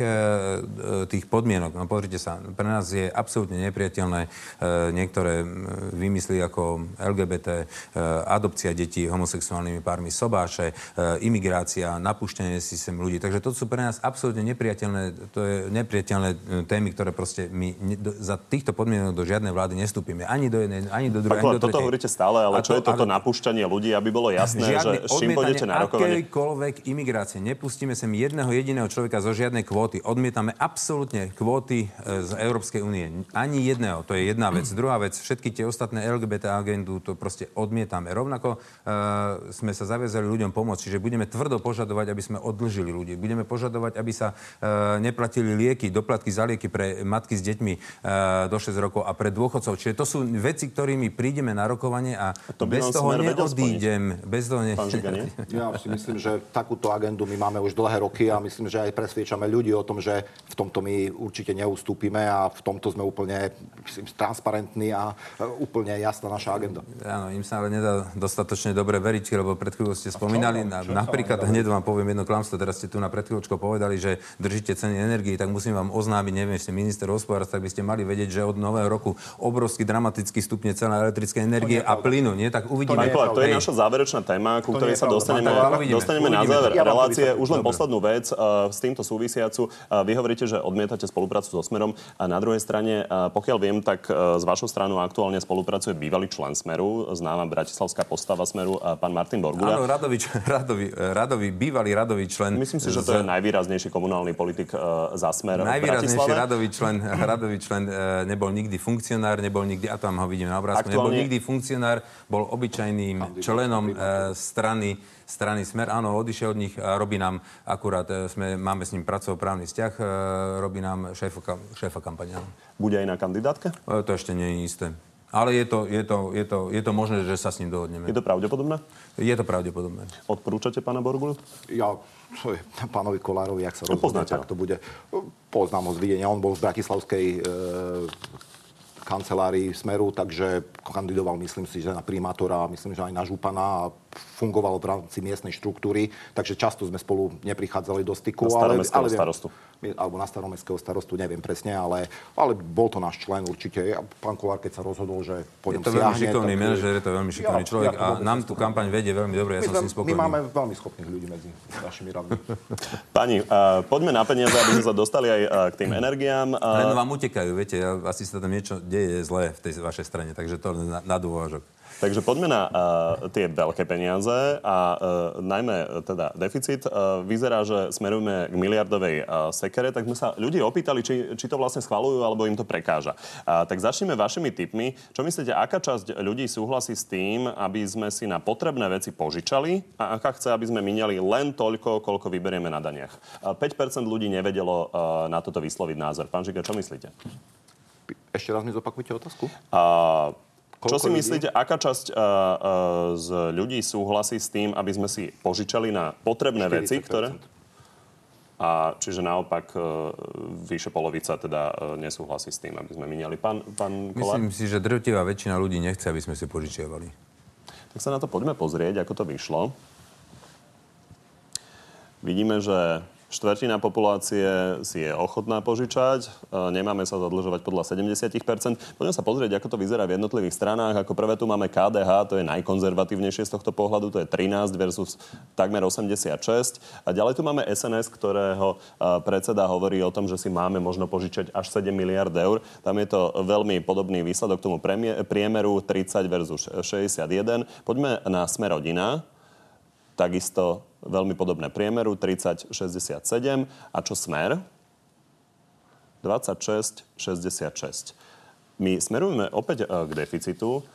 tých podmienok, no pozrite sa, pre nás je absolútne nepriateľné niektoré vymysly ako el gé bé té, adopcia detí homosexuálnymi pármi, sobáše, imigrácia, napúšťanie si sem ľudí. Takže to sú pre nás absolútne nepriateľné, to je nepriateľné témy, ktoré proste my ne, do, za týchto podmienok do žiadnej vlády nestúpime. Ani do jednej, ani do druhej, ani do tretej. Toto hovoríte stále, ale čo to, je toto ale... napúšťanie ľudí, aby bolo jasné, že s čím pôjdete na rokovanie? Akejkoľvek imigrácie. Nepustíme sem jedného jediného človeka zo žiadnej kvóty. Odmietame absolútne kvóty z Európskej únie. Ani jedného. To je jedna vec. Druhá vec, všetky tie ostatné el gé bé té agendu to proste odmietame. Rovnako uh, sme sa zaviazali ľuďom pomôcť, čiže budeme tvrdo požadovať, aby sme odlžili ľudí. Budeme požadovať, aby sa e, neplatili lieky, doplatky za lieky pre matky s deťmi e, do šesť rokov a pre dôchodcov. Čiže to sú veci, ktorými prídeme na rokovanie a, a to bez toho neodídem. Bez toho ne... Ja si myslím, že takúto agendu my máme už dlhé roky a myslím, že aj presviečame ľudí o tom, že v tomto my určite neustúpime a v tomto sme úplne myslím, transparentní a úplne jasná naša agenda. Áno, im sa ale nedá dostatočne dobre veriť, lebo pred chvíľou ste spomínali, na, napríklad hneď vám poviem jedno klamstvo, teraz ste tu na pred chvíľočkou povedali, že držíte ceny energií, tak musím vám oznámiť, neviem, ste minister hospodárstva, tak by ste mali vedieť, že od nového roku obrovský dramaticky stupne cena elektrickej energie a plynu, nie? Tak uvidíme. To, to je naša záverečná téma, ku ktorej sa dostaneme, dostaneme na záver relácie. Už len poslednú vec uh, s týmto súvisiacu. Uh, vy hovoríte, že odmietate spoluprácu so Smerom a na druhej strane, uh, pokiaľ viem, tak uh, s vašou stranou aktuálne spolupracuje bývalý člen Smeru, známa bratislavská postava Smeru, uh, pán Martin Borguľa. Áno, Radovič, Radovi, Radovi, bývalý radový člen. Myslím si, že to je najvýraznejší komunálny politik uh, za Smer v Bratislave. Najvýraznejší radový člen, radový člen uh, nebol nikdy funkcionár, nebol nikdy, a tam ho vidíme na obrázku, nebol nikdy funkcionár, bol obyčajným členom uh, strany, strany Smer. Áno, odišiel od nich a robí nám, akurát uh, sme, máme s ním pracovnoprávny vzťah, uh, robí nám šéfa, šéfa kampania. Bude aj na kandidátke? Uh, to ešte nie je isté. Ale je to, je, to, je, to, je to možné, že sa s ním dohodneme. Je to pravdepodobné? Je to pravdepodobné. Odporúčate pána Borguľu? Ja, čo je, pánovi Kollárovi, jak sa rozhodne, tak to bude. Poznám ho z videnia. On bol v bratislavskej e, kancelárii Smeru, takže kandidoval, myslím si, že na primátora, myslím, že aj na župana a fungovalo v rámci miestnej štruktúry, takže často sme spolu neprichádzali do styku. Na staromestského ale, ale starostu. Alebo na staromestského starostu, neviem presne, ale, ale bol to náš člen určite. A pán Kollár, keď sa rozhodol, že po ňom siahne... Je to veľmi šikovný manažer, je to veľmi šikovný ja, človek ja a nám tú kampaň vedie veľmi dobre, ja my, som s ním spokojný. My máme veľmi schopných ľudí medzi našimi radmi. Pani, uh, poďme na peniaze, aby sme sa dostali aj uh, k tým energiám. Uh... Len vám utekajú, viete, ja, asi sa tam niečo deje zlé v tej vašej strane, takže to na, na dôvažok. Takže poďme na uh, tie veľké peniaze a uh, najmä teda deficit. Uh, vyzerá, že smerujeme k miliardovej uh, sekere, tak sme sa ľudí opýtali, či, či to vlastne schvaľujú, alebo im to prekáža. Uh, tak začneme vašimi tipmi. Čo myslíte, aká časť ľudí súhlasí s tým, aby sme si na potrebné veci požičali a aká chce, aby sme miniali len toľko, koľko vyberieme na daniach? Uh, päť percent ľudí nevedelo uh, na toto vysloviť názor. Pán Žiga, čo myslíte? Ešte raz mi zopakujte otázku. Uh, Čo si myslíte, aká časť uh, uh, z ľudí súhlasí s tým, aby sme si požičali na potrebné veci, ktoré... A čiže naopak uh, vyše polovica teda uh, nesúhlasí s tým, aby sme miniali. Pán, pán Kollár? Myslím si, že drtivá väčšina ľudí nechce, aby sme si požičiavali. Tak sa na to poďme pozrieť, ako to vyšlo. Vidíme, že štvrtina populácie si je ochotná požičať. Nemáme sa zadlžovať podľa sedemdesiat percent. Poďme sa pozrieť, ako to vyzerá v jednotlivých stranách. Ako prvé tu máme ká dé há, to je najkonzervatívnejšie z tohto pohľadu. To je trinásť versus takmer osemdesiatšesť. A ďalej tu máme es en es, ktorého predseda hovorí o tom, že si máme možno požičať až sedem miliárd eur. Tam je to veľmi podobný výsledok tomu priemeru tridsať versus šesťdesiatjeden. Poďme na Sme rodina. Takisto veľmi podobné priemeru, tridsať šesťdesiatsedem. A čo Smer? dvadsaťšesť šesťdesiatšesť. My smerujeme opäť k deficitu.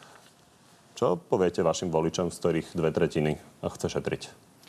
Čo poviete vašim voličom, z ktorých dve tretiny chce šetriť?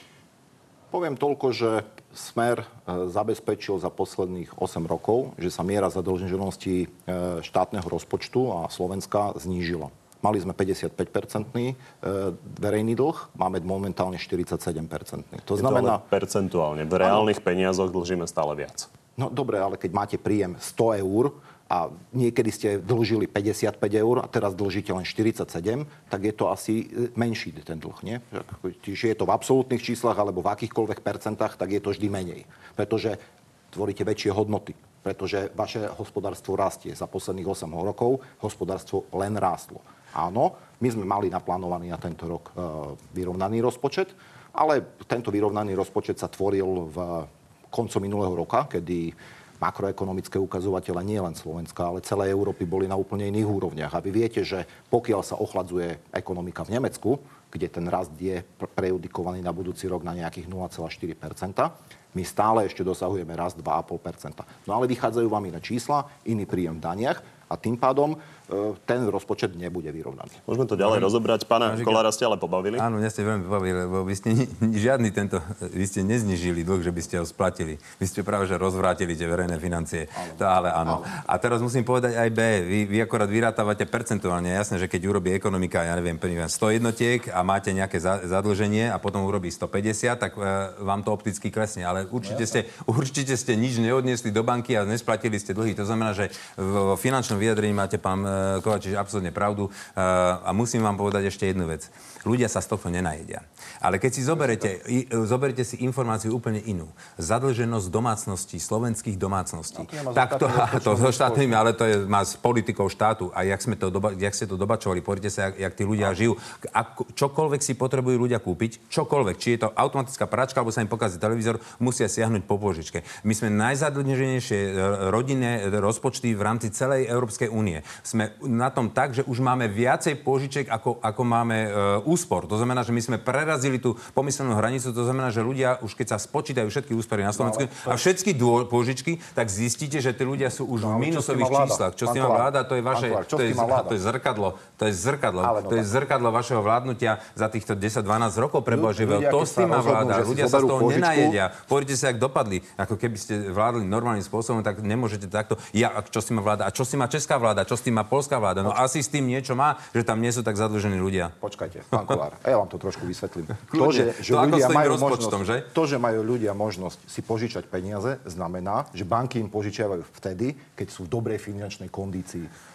Poviem toľko, že Smer zabezpečil za posledných osem rokov, že sa miera zadlženosti štátneho rozpočtu a Slovenska znížila. Mali sme päťdesiatpäť percentný verejný dlh, máme momentálne štyridsaťsedem percentný. To znamená... To percentuálne. V reálnych ano. Peniazoch dlžíme stále viac. No dobre, ale keď máte príjem sto eur a niekedy ste dlžili päťdesiatpäť eur a teraz dlžíte len štyridsaťsedem, tak je to asi menší ten dlh, nie? Čiže je to v absolútnych číslach alebo v akýchkoľvek percentách, tak je to vždy menej. Pretože tvoríte väčšie hodnoty. Pretože vaše hospodárstvo rastie. Za posledných osem rokov hospodárstvo len rástlo. Áno, my sme mali naplánovaný na tento rok e, vyrovnaný rozpočet, ale tento vyrovnaný rozpočet sa tvoril v koncom minulého roka, kedy makroekonomické ukazovatele nie len Slovenska, ale celej Európy boli na úplne iných úrovniach. A vy viete, že pokiaľ sa ochladzuje ekonomika v Nemecku, kde ten rast je prejudikovaný na budúci rok na nejakých nula celá štyri percenta, my stále ešte dosahujeme rast dva celá päť percenta. No ale vychádzajú vám iné čísla, iný príjem v daniach a tým pádom ten rozpočet nebude vyrovnaný. Môžeme to ďalej rozobrať. Pána Kollára ste ale pobavili? Áno, ja ste veľmi pobavili, lebo vy ste žiadny tento, vy ste neznižili dlh, že by ste ho splatili. Vy ste práve, že rozvrátili tie verejné financie. Áno. To ale áno. áno. A teraz musím povedať aj B. Vy, vy akorát vyrátavate percentuálne. Jasné, že keď urobí ekonomika, ja neviem, sto jednotiek a máte nejaké zadlženie a potom urobí stopäťdesiat, tak e, vám to opticky klesne. Ale určite ste, určite ste nič neodniesli do banky a nesplatili ste dlhy. To znamená, že v finančnom vyjadrení máte, pán Kovačič, absolútne pravdu. A musím vám povedať ešte jednu vec. Ľudia sa z tohto nenajedia. Ale keď si zoberete, zoberete si informáciu úplne inú. Zadlženosť domácností, slovenských domácností. No, tak to, to so štátnymi, ale to je, má s politikou štátu. A jak, sme to doba, jak ste to dobačovali, pozrite sa, jak, jak tí ľudia žijú. Ako, čokoľvek si potrebujú ľudia kúpiť, čokoľvek, či je to automatická pračka, alebo sa im pokazí televízor, musia siahnuť po požičke. My sme najzadlženejšie rodinné rozpočty v rámci celej Európskej únie. Sme na tom tak, že už máme viacej požičiek, ako, ako máme e, úspor. To znamená, že my sme prerazili tú pomyslenú hranicu. To znamená, že ľudia už keď sa spočítajú všetky úspory na Slovensku no, a všetky dô, požičky, tak zistíte, že tí ľudia sú už no, v minusových číslach. Čo s tým má vláda? To je vaše, to je, to je zrkadlo. To je zrkadlo. No, to je zrkadlo vašeho vládnutia za týchto desať dvanásť rokov preboživel. To s tým má vláda. Ľudia sa z toho požičku nenajedia. Pozrite sa, jak dopadli. Ako keby ste vládli normálnym spôsobom, tak nemôžete takto. Ja, čo s tým má vláda? A čo s tým má česká vláda? Čo s tým má poľská vláda? No asi s tým niečo má, že tam nie sú tak zadlžení ľudia. Počkajte, pán Kollár, ja vám to trošku vysvetlím. To, že, že to, ľudia majú možnosť, že? to, že majú ľudia možnosť si požičať peniaze, znamená, že banky im požičiavajú vtedy, keď sú v dobrej finančnej kondícii.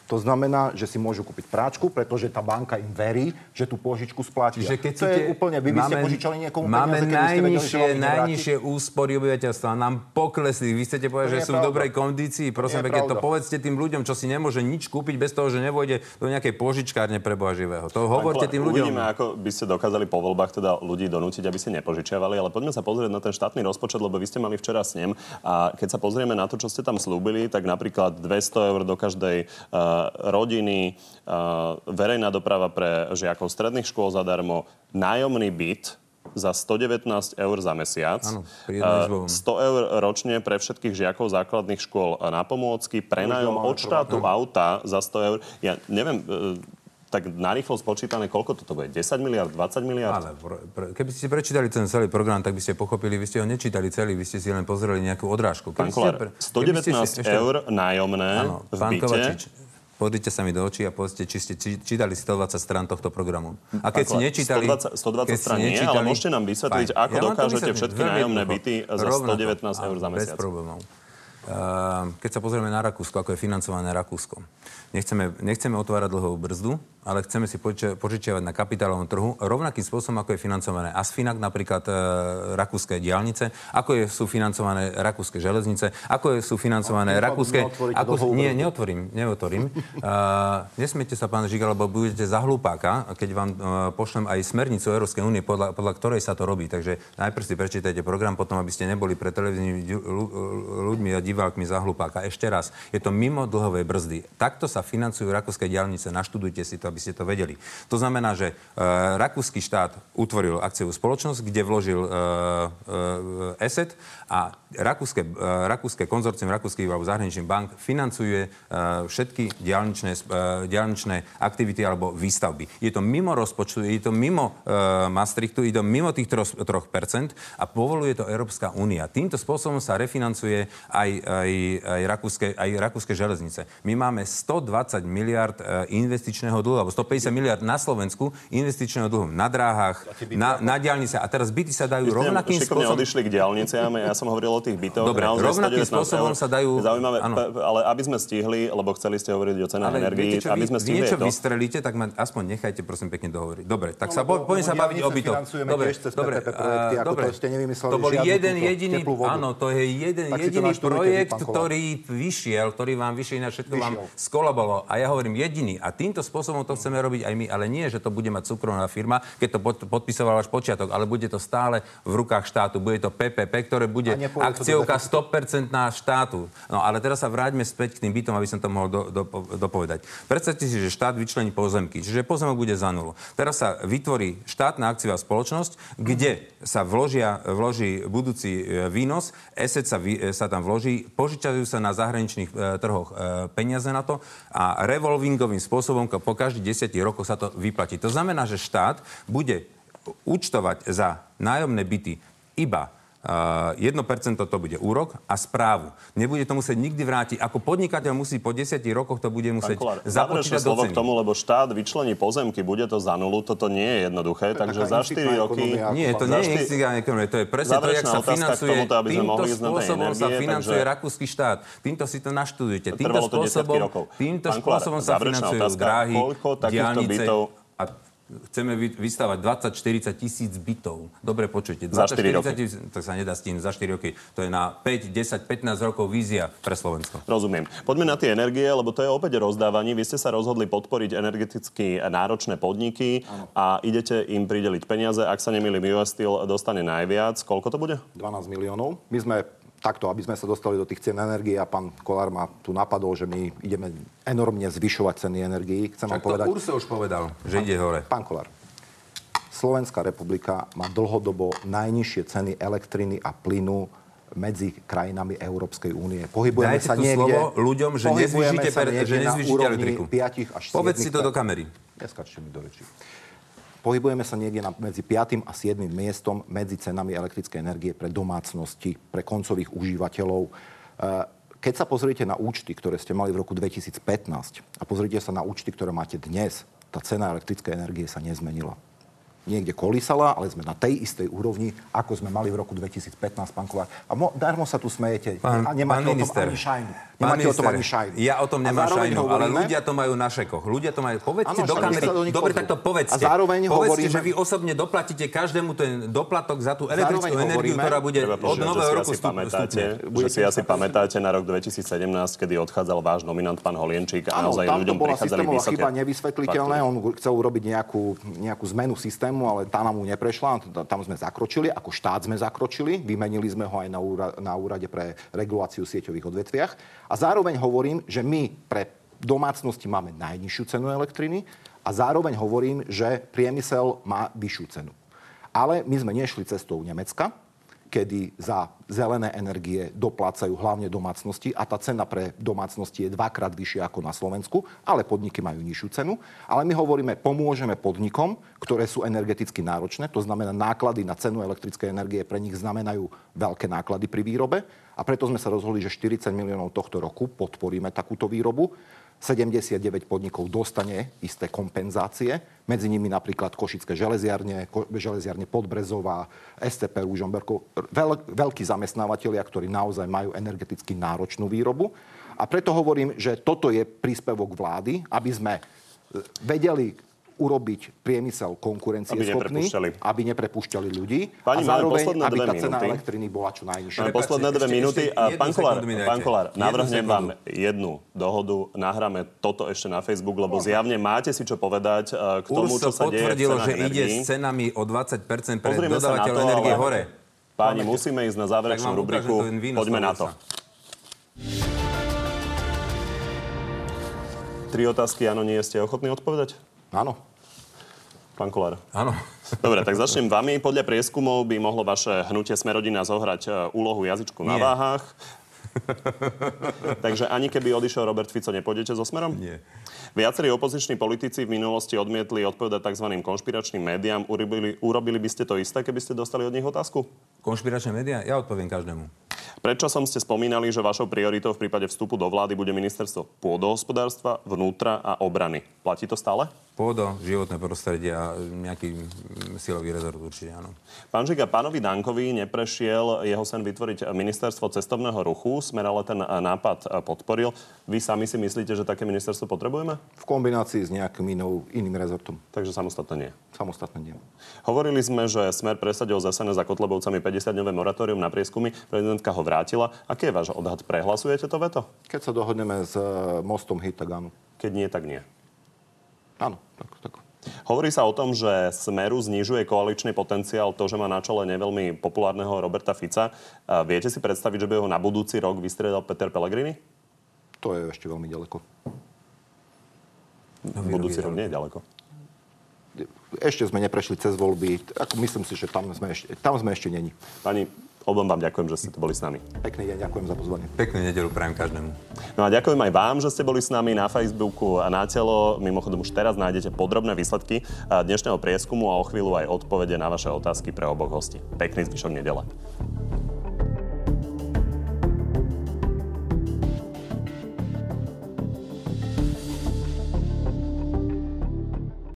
To znamená, že si môžu kúpiť práčku, pretože tá banka im verí, že tú pôžičku splatia. Čiže keď to je úplne, vy by ste požičali niekomu máme peniaze, keby ste vedeli, že vám najnižšie úspory obyvateľstva. Nám poklesli. Vy chcete povedať, že sú v dobrej kondícii? Prosím, keď to povedzte tým ľuďom, čo si nemôže nič kúpiť bez toho, že nevojde do nejakej pôžičkárne pre Boha živého. To hovorte tým ľuďom. Uvidíme, ako by ste dokázali po voľbách teda ľudí donútiť, aby si nepožičiavali, ale poďme sa pozrieť na ten štátny rozpočet, lebo vy ste mali včera snem a keď sa pozrieme na to, čo ste tam slúbili, tak napríklad dvesto eur do každej uh, rodiny, Uh, verejná doprava pre žiakov stredných škôl zadarmo, nájomný byt za stodevätnásť eur za mesiac, Áno, uh, sto eur ročne pre všetkých žiakov základných škôl na pomôcky, prenájom od štátu auta za sto eur. Ja neviem, uh, tak narýchlo spočítané, koľko toto bude? desať miliárd, dvadsať miliárd? Ale pre, keby ste prečítali ten celý program, tak by ste pochopili, vy ste ho nečítali celý, vy ste si len pozreli nejakú odrážku. Pán Kollár, stodevätnásť eur nájomné áno, v byte. Kovačič, pozrite sa mi do očí a povedzte, či ste čítali stodvadsať strán tohto programu. A keď si nečítali... sto dvadsať strán nie, ale môžete nám vysvetliť, fajn. Ako ja dokážete všetky nájomné byty za stodevätnásť eur za mesiac. Bez problémov. Keď sa pozrieme na Rakúsko, ako je financované Rakúsko. Nechceme, nechceme otvárať dlhovú brzdu, ale chceme si požičiavať na kapitálovom trhu rovnakým spôsobom, ako je financované Asfinag, napríklad e, rakúske diaľnice, ako je, sú financované rakúske železnice, ako je, sú financované rakúske... Ako, nie, neotvorím, neotvorím. uh, nesmiete sa, pán Žiga, lebo budete za hlupáka, keď vám uh, pošlem aj smernicu Európskej únie, podľa, podľa ktorej sa to robí. Takže najprv si prečítajte program, potom, aby ste neboli pre televíznymi ľuďmi a divákmi za hlupáka. Ešte raz, je to mimo dlhovej brzdy. Takto sa financujú rakúske diaľnice, naštudujte si to, aby ste to vedeli. To znamená, že e, rakúsky štát utvoril akciovú spoločnosť, kde vložil e, e, ESET a rakúske, e, rakúske konzorcium rakúskych alebo zahraničných bank financuje e, všetky diaľničné, e, diaľničné aktivity alebo výstavby. Je to mimo rozpočtu, je to mimo e, Maastrichtu, je to mimo tých troch percent a povoluje to Európska únia. Týmto spôsobom sa refinancuje aj, aj, aj, rakúske, aj rakúske železnice. My máme stodvadsať miliárd investičného dlhu, alebo stopäťdesiat miliárd na Slovensku investičného dlhu na dráhach, na, na diaľnice. A teraz byty sa dajú rovnakým spôsobom... odišli k diaľniciam, ja som hovoril o tých bytoch. Dobre, rovnakým spôsobom sa dajú... Zaujímavé, ale aby sme stihli, lebo chceli ste hovoriť o cenách energií, aby sme stihli niečo to... vystrelíte, tak ma aspoň nechajte, prosím, pekne dohovoriť. Dobre, tak sa po, poďme sa baviť o bytoch. Dobre, dobre, dobre. To bol jeden jediný, áno, to je jeden jediný projekt, ktorý vyšiel, ktorý vám vyšiel na všetko vám skolabolo. A ja hovorím jediný. A týmto spôsobom to chceme robiť aj my. Ale nie, že to bude mať súkromná firma, keď to podpisoval až počiatok, ale bude to stále v rukách štátu. Bude to pé pé pé, ktoré bude akciovka sto percent na štátu. No ale teraz sa vráťme späť k tým bytom, aby som to mohol do, do, dopovedať. Predstavte si, že štát vyčlení pozemky, čiže pozemok bude za nulu. Teraz sa vytvorí štátna akciová spoločnosť, kde sa vložia, vloží budúci výnos, ESET sa, sa tam vloží, požičajú sa na zahraničných e, trhoch e, peniaze na to a revolvingovým spôsobom po každých desiatich rokoch sa to vyplatí. To znamená, že štát bude účtovať za nájomné byty iba Uh, jedno percento to bude úrok a správu. Nebude to musieť nikdy vrátiť. Ako podnikateľ musí po desiatich rokoch to bude musieť započítať do ceny. K tomu, lebo štát vyčlení pozemky, bude to za nulu, toto nie je jednoduché, to takže za štyri roky... Nie, to nie je instinktivná ekonomia, to je presne to, jak sa financuje. Tomuto, týmto spôsobom energie, sa financuje takže... rakúsky štát. Týmto si to naštudujete. Týmto spôsobom, týmto spôsobom sa financujú dráhy, diaľnice. Chceme vystavať dvadsať štyridsať tisíc bytov. Dobre počujete. dvadsať štyridsať tisíc, tak sa nedá stihnúť za štyri roky. To je na päť, desať, pätnásť rokov vízia pre Slovensko. Rozumiem. Poďme na tie energie, lebo to je opäť rozdávanie. Vy ste sa rozhodli podporiť energeticky náročné podniky ano. A idete im prideliť peniaze. Ak sa nemýlim, ú es Steel dostane najviac. Koľko to bude? dvanásť miliónov. My sme takto, aby sme sa dostali do tých cien energií a pán Kollár ma tu napadol, že my ideme enormne zvyšovať ceny energií. Chcem vám povedať... Však to Urso už povedal, že ide hore. Pán Kollár, Slovenská republika má dlhodobo najnižšie ceny elektriny a plynu medzi krajinami Európskej únie. Pohybujeme Dajte sa niekde... Dajte tu slovo ľuďom, že nezvýšite, že nezvýšite elektriku. Povedz si to do kamery. Neskačte mi do rečí. Pohybujeme sa niekde na, medzi piatym a siedmym miestom medzi cenami elektrickej energie pre domácnosti, pre koncových užívateľov. Keď sa pozriete na účty, ktoré ste mali v roku dvetisícpätnásť a pozriete sa na účty, ktoré máte dnes, tá cena elektrickej energie sa nezmenila. niekde kolísala, ale sme na tej istej úrovni, ako sme mali v roku dvetisícpätnásť, pán Kollár. A mo, darmo sa tu smejete. Pán, a nemáte pán o tom minister, ani šajnu. Pán Nemáte minister, o tom ani šajnu. Ja o tom nemám šajnu, hovoríme, ale ľudia to majú na šekoch. Ľudia to majú. Povedzte ano, do kamery. Dobre, tak to povedzte. A zároveň povedzte, hovoríme, že vy osobne doplatíte každému ten doplatok za tú elektrickú energiu, hovoríme, ktorá bude od nového roku stupne. Že si asi pamätáte na rok dvetisícsedemnásť, kedy odchádzal váš nominant pán Holienčík a naozaj ľuďom prichádzali vysoké chyba nevysvetliteľné. On chcel urobiť nejakú, nejakú zmenu systému, ale tá nám mu neprešla. Tam sme zakročili, ako štát sme zakročili. Vymenili sme ho aj na, úra, na úrade pre reguláciu sieťových odvetviach. A zároveň hovorím, že my pre domácnosti máme najnižšiu cenu elektriny a zároveň hovorím, že priemysel má vyššiu cenu. Ale my sme nešli cestou Nemecka, kedy za zelené energie doplácajú hlavne domácnosti a tá cena pre domácnosti je dvakrát vyššia ako na Slovensku, ale podniky majú nižšiu cenu. Ale my hovoríme, pomôžeme podnikom, ktoré sú energeticky náročné, to znamená náklady na cenu elektrickej energie pre nich znamenajú veľké náklady pri výrobe a preto sme sa rozhodli, že štyridsať miliónov tohto roku podporíme takúto výrobu. sedemdesiatdeväť podnikov dostane isté kompenzácie, medzi nimi napríklad Košické železiarne, železiarne Podbrezová, es té pé Ružomberko, veľ, veľkí zamestnávateľia, ktorí naozaj majú energeticky náročnú výrobu. A preto hovorím, že toto je príspevok vlády, aby sme vedeli urobiť priemysel konkurencieschopný, aby neprepúšťali ľudí. Pani, a zároveň, aby tá minúty. cena elektriny bola čo najnižšia. Máme posledné dve minúty. A pán Kollár, pán Kollár, navrhnem vám jednu dohodu, nahráme toto ešte na Facebook, lebo zjavne máte si čo povedať k tomu, čo sa deje v cenách že energií. ide s cenami o dvadsať percent pre Pozrime dodávateľ to, energie ale... hore. Páni, musíme ísť na záverečnú rubriku. Poďme na to. Tri otázky, áno, nie ste ochotní odpovedať? Áno. Pán Kollár. Áno. Dobre, tak začnem vami. Podľa prieskumov by mohlo vaše hnutie Smer-rodina zohrať úlohu jazyčku na váhách. Takže ani keby odišiel Robert Fico, nepôjdete so Smerom? Nie. Viacerí opoziční politici v minulosti odmietli odpovedať tzv. Konšpiračným médiám. Urobili, urobili by ste to isté, keby ste dostali od nich otázku? Konšpiračné médiá? Ja odpoviem každému. Prečo som ste spomínali, že vašou prioritou v prípade vstupu do vlády bude ministerstvo pôdohospodárstva, vnútra a obrany? Platí to stále? Pôdo, životné prostredie a nejaký silový rezort určite, áno. Pán Žiga, pánovi Dankovi neprešiel jeho sen vytvoriť ministerstvo cestovného ruchu. Smer ale ten nápad podporil. Vy sami si myslíte, že také ministerstvo potrebujeme? V kombinácii s nejakým inou, iným rezortom. Takže samostatne nie? Samostatne nie. Hovorili sme, že Smer presadil za es en es za Kotlebovcami päťdesiatdňové moratórium na prieskumy. Prezidentka ho vrátila. Aký je váš odhad? Prehlasujete to veto? Keď sa dohodneme s mostom hit, tak áno. Keď nie, tak nie. Áno, tak, tak. Hovorí sa o tom, že Smeru znižuje koaličný potenciál to, že má na čele neveľmi populárneho Roberta Fica. Viete si predstaviť, že by ho na budúci rok vystriedal Peter Pellegrini? To je ešte veľmi ďaleko. No, budúci rok nie je ďaleko. Ešte sme neprešli cez voľby. Ako myslím si, že tam sme ešte, tam sme ešte není. Pani, obom vám ďakujem, že ste tu boli s nami. Pekný deň, ďakujem za pozvanie. Peknú nedeľu prajem každému. No a ďakujem aj vám, že ste boli s nami na Facebooku a na Telo. Mimochodom už teraz nájdete podrobné výsledky dnešného prieskumu a o chvíľu aj odpovede na vaše otázky pre oboch hostí. Pekný zvyšok nedele.